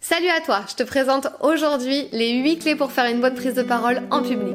Salut à toi, je te présente aujourd'hui les 8 clés pour faire une bonne prise de parole en public.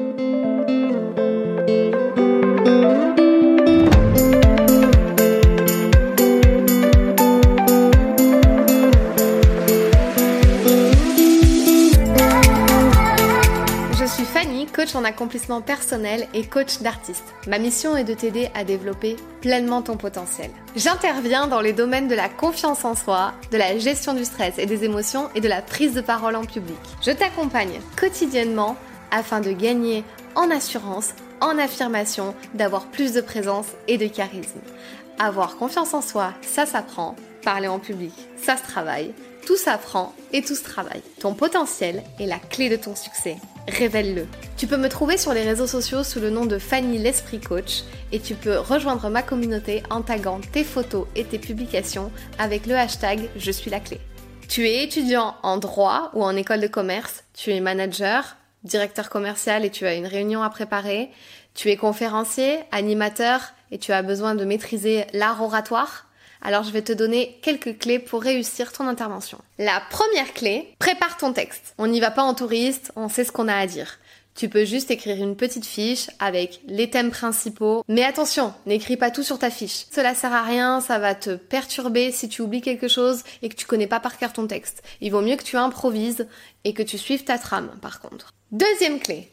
Je suis Fanny, coach en accomplissement personnel et coach d'artiste. Ma mission est de t'aider à développer pleinement ton potentiel. J'interviens dans les domaines de la confiance en soi, de la gestion du stress et des émotions et de la prise de parole en public. Je t'accompagne quotidiennement afin de gagner en assurance, en affirmation, d'avoir plus de présence et de charisme. Avoir confiance en soi, ça s'apprend. Parler en public, ça se travaille. Tout s'apprend et tout se travaille. Ton potentiel est la clé de ton succès. Révèle-le. Tu peux me trouver sur les réseaux sociaux sous le nom de Fanny l'Esprit Coach et tu peux rejoindre ma communauté en taguant tes photos et tes publications avec le hashtag Je suis la clé. Tu es étudiant en droit ou en école de commerce, tu es manager, directeur commercial et tu as une réunion à préparer, tu es conférencier, animateur et tu as besoin de maîtriser l'art oratoire. Alors je vais te donner quelques clés pour réussir ton intervention. La première clé, prépare ton texte. On n'y va pas en touriste, on sait ce qu'on a à dire. Tu peux juste écrire une petite fiche avec les thèmes principaux. Mais attention, n'écris pas tout sur ta fiche. Cela sert à rien, ça va te perturber si tu oublies quelque chose et que tu connais pas par cœur ton texte. Il vaut mieux que tu improvises et que tu suives ta trame par contre. Deuxième clé,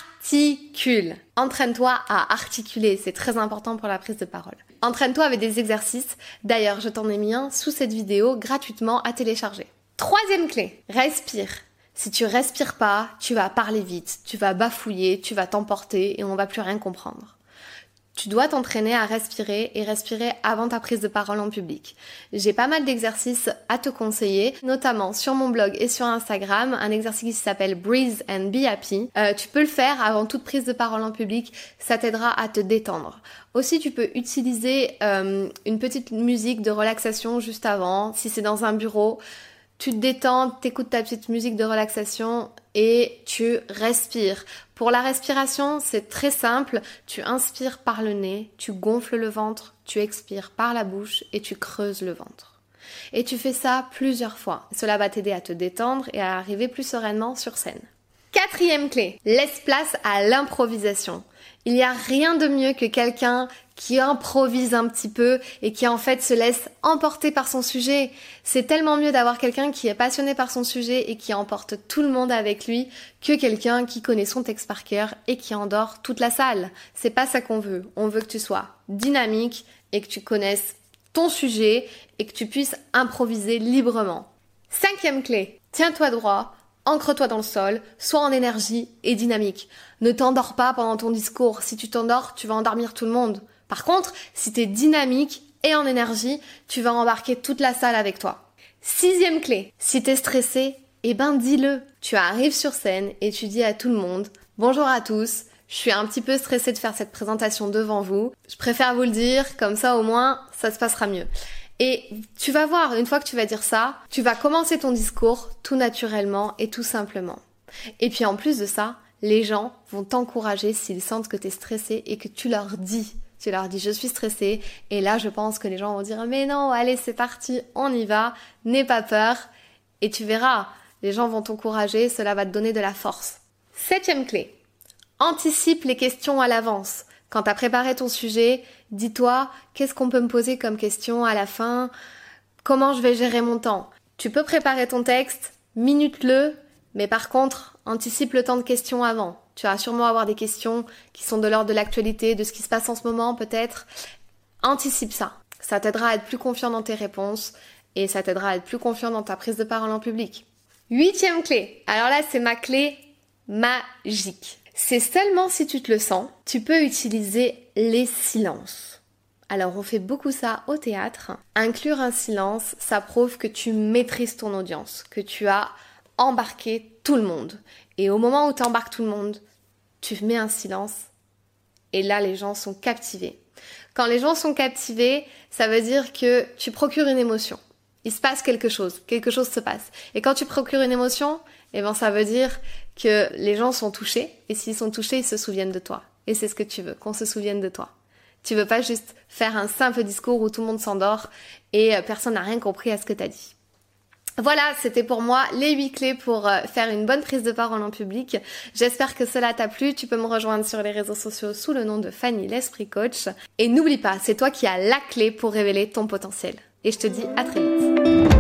articule. Entraîne-toi à articuler, c'est très important pour la prise de parole. Entraîne-toi avec des exercices. D'ailleurs, je t'en ai mis un sous cette vidéo gratuitement à télécharger. Troisième clé, respire. Si tu respires pas, tu vas parler vite, tu vas bafouiller, tu vas t'emporter et on va plus rien comprendre. Tu dois t'entraîner à respirer et respirer avant ta prise de parole en public. J'ai pas mal d'exercices à te conseiller, notamment sur mon blog et sur Instagram, un exercice qui s'appelle Breathe and Be Happy. Tu peux le faire avant toute prise de parole en public, ça t'aidera à te détendre. Aussi, tu peux utiliser une petite musique de relaxation juste avant, si c'est dans un bureau. Tu te détends, t'écoutes ta petite musique de relaxation et tu respires. Pour la respiration, c'est très simple. Tu inspires par le nez, tu gonfles le ventre, tu expires par la bouche et tu creuses le ventre. Et tu fais ça plusieurs fois. Cela va t'aider à te détendre et à arriver plus sereinement sur scène. Quatrième clé, laisse place à l'improvisation. Il n'y a rien de mieux que quelqu'un qui improvise un petit peu et qui en fait se laisse emporter par son sujet. C'est tellement mieux d'avoir quelqu'un qui est passionné par son sujet et qui emporte tout le monde avec lui que quelqu'un qui connaît son texte par cœur et qui endort toute la salle. C'est pas ça qu'on veut. On veut que tu sois dynamique et que tu connaisses ton sujet et que tu puisses improviser librement. Cinquième clé, tiens-toi droit. Ancre-toi dans le sol, sois en énergie et dynamique. Ne t'endors pas pendant ton discours. Si tu t'endors, tu vas endormir tout le monde. Par contre, si tu es dynamique et en énergie, tu vas embarquer toute la salle avec toi. Sixième clé, si tu es stressé, dis-le. Tu arrives sur scène et tu dis à tout le monde « Bonjour à tous, je suis un petit peu stressée de faire cette présentation devant vous. Je préfère vous le dire, comme ça au moins, ça se passera mieux. » Et tu vas voir, une fois que tu vas dire ça, tu vas commencer ton discours tout naturellement et tout simplement. Et puis en plus de ça, les gens vont t'encourager s'ils sentent que tu es stressé et que tu leur dis. Tu leur dis je suis stressée et là je pense que les gens vont dire mais non, allez c'est parti, on y va, n'aie pas peur. Et tu verras, les gens vont t'encourager, cela va te donner de la force. Septième clé, anticipe les questions à l'avance. Quand tu as préparé ton sujet, dis-toi qu'est-ce qu'on peut me poser comme question à la fin, comment je vais gérer mon temps. Tu peux préparer ton texte, minute-le, mais par contre, anticipe le temps de questions avant. Tu vas sûrement avoir des questions qui sont de l'ordre de l'actualité, de ce qui se passe en ce moment peut-être. Anticipe ça. Ça t'aidera à être plus confiant dans tes réponses et ça t'aidera à être plus confiant dans ta prise de parole en public. Huitième clé. Alors là, c'est ma clé magique. C'est seulement si tu te le sens, tu peux utiliser les silences. Alors on fait beaucoup ça au théâtre. Inclure un silence, ça prouve que tu maîtrises ton audience, que tu as embarqué tout le monde. Et au moment où tu embarques tout le monde, tu mets un silence et là les gens sont captivés. Quand les gens sont captivés, ça veut dire que tu procures une émotion. Il se passe quelque chose se passe. Et quand tu procures une émotion, ça veut dire que les gens sont touchés, et s'ils sont touchés, ils se souviennent de toi. Et c'est ce que tu veux, qu'on se souvienne de toi. Tu veux pas juste faire un simple discours où tout le monde s'endort et personne n'a rien compris à ce que t'as dit. Voilà, c'était pour moi les 8 clés pour faire une bonne prise de parole en public. J'espère que cela t'a plu. Tu peux me rejoindre sur les réseaux sociaux sous le nom de Fanny l'Esprit Coach. Et n'oublie pas, c'est toi qui as la clé pour révéler ton potentiel. Et je te dis à très vite.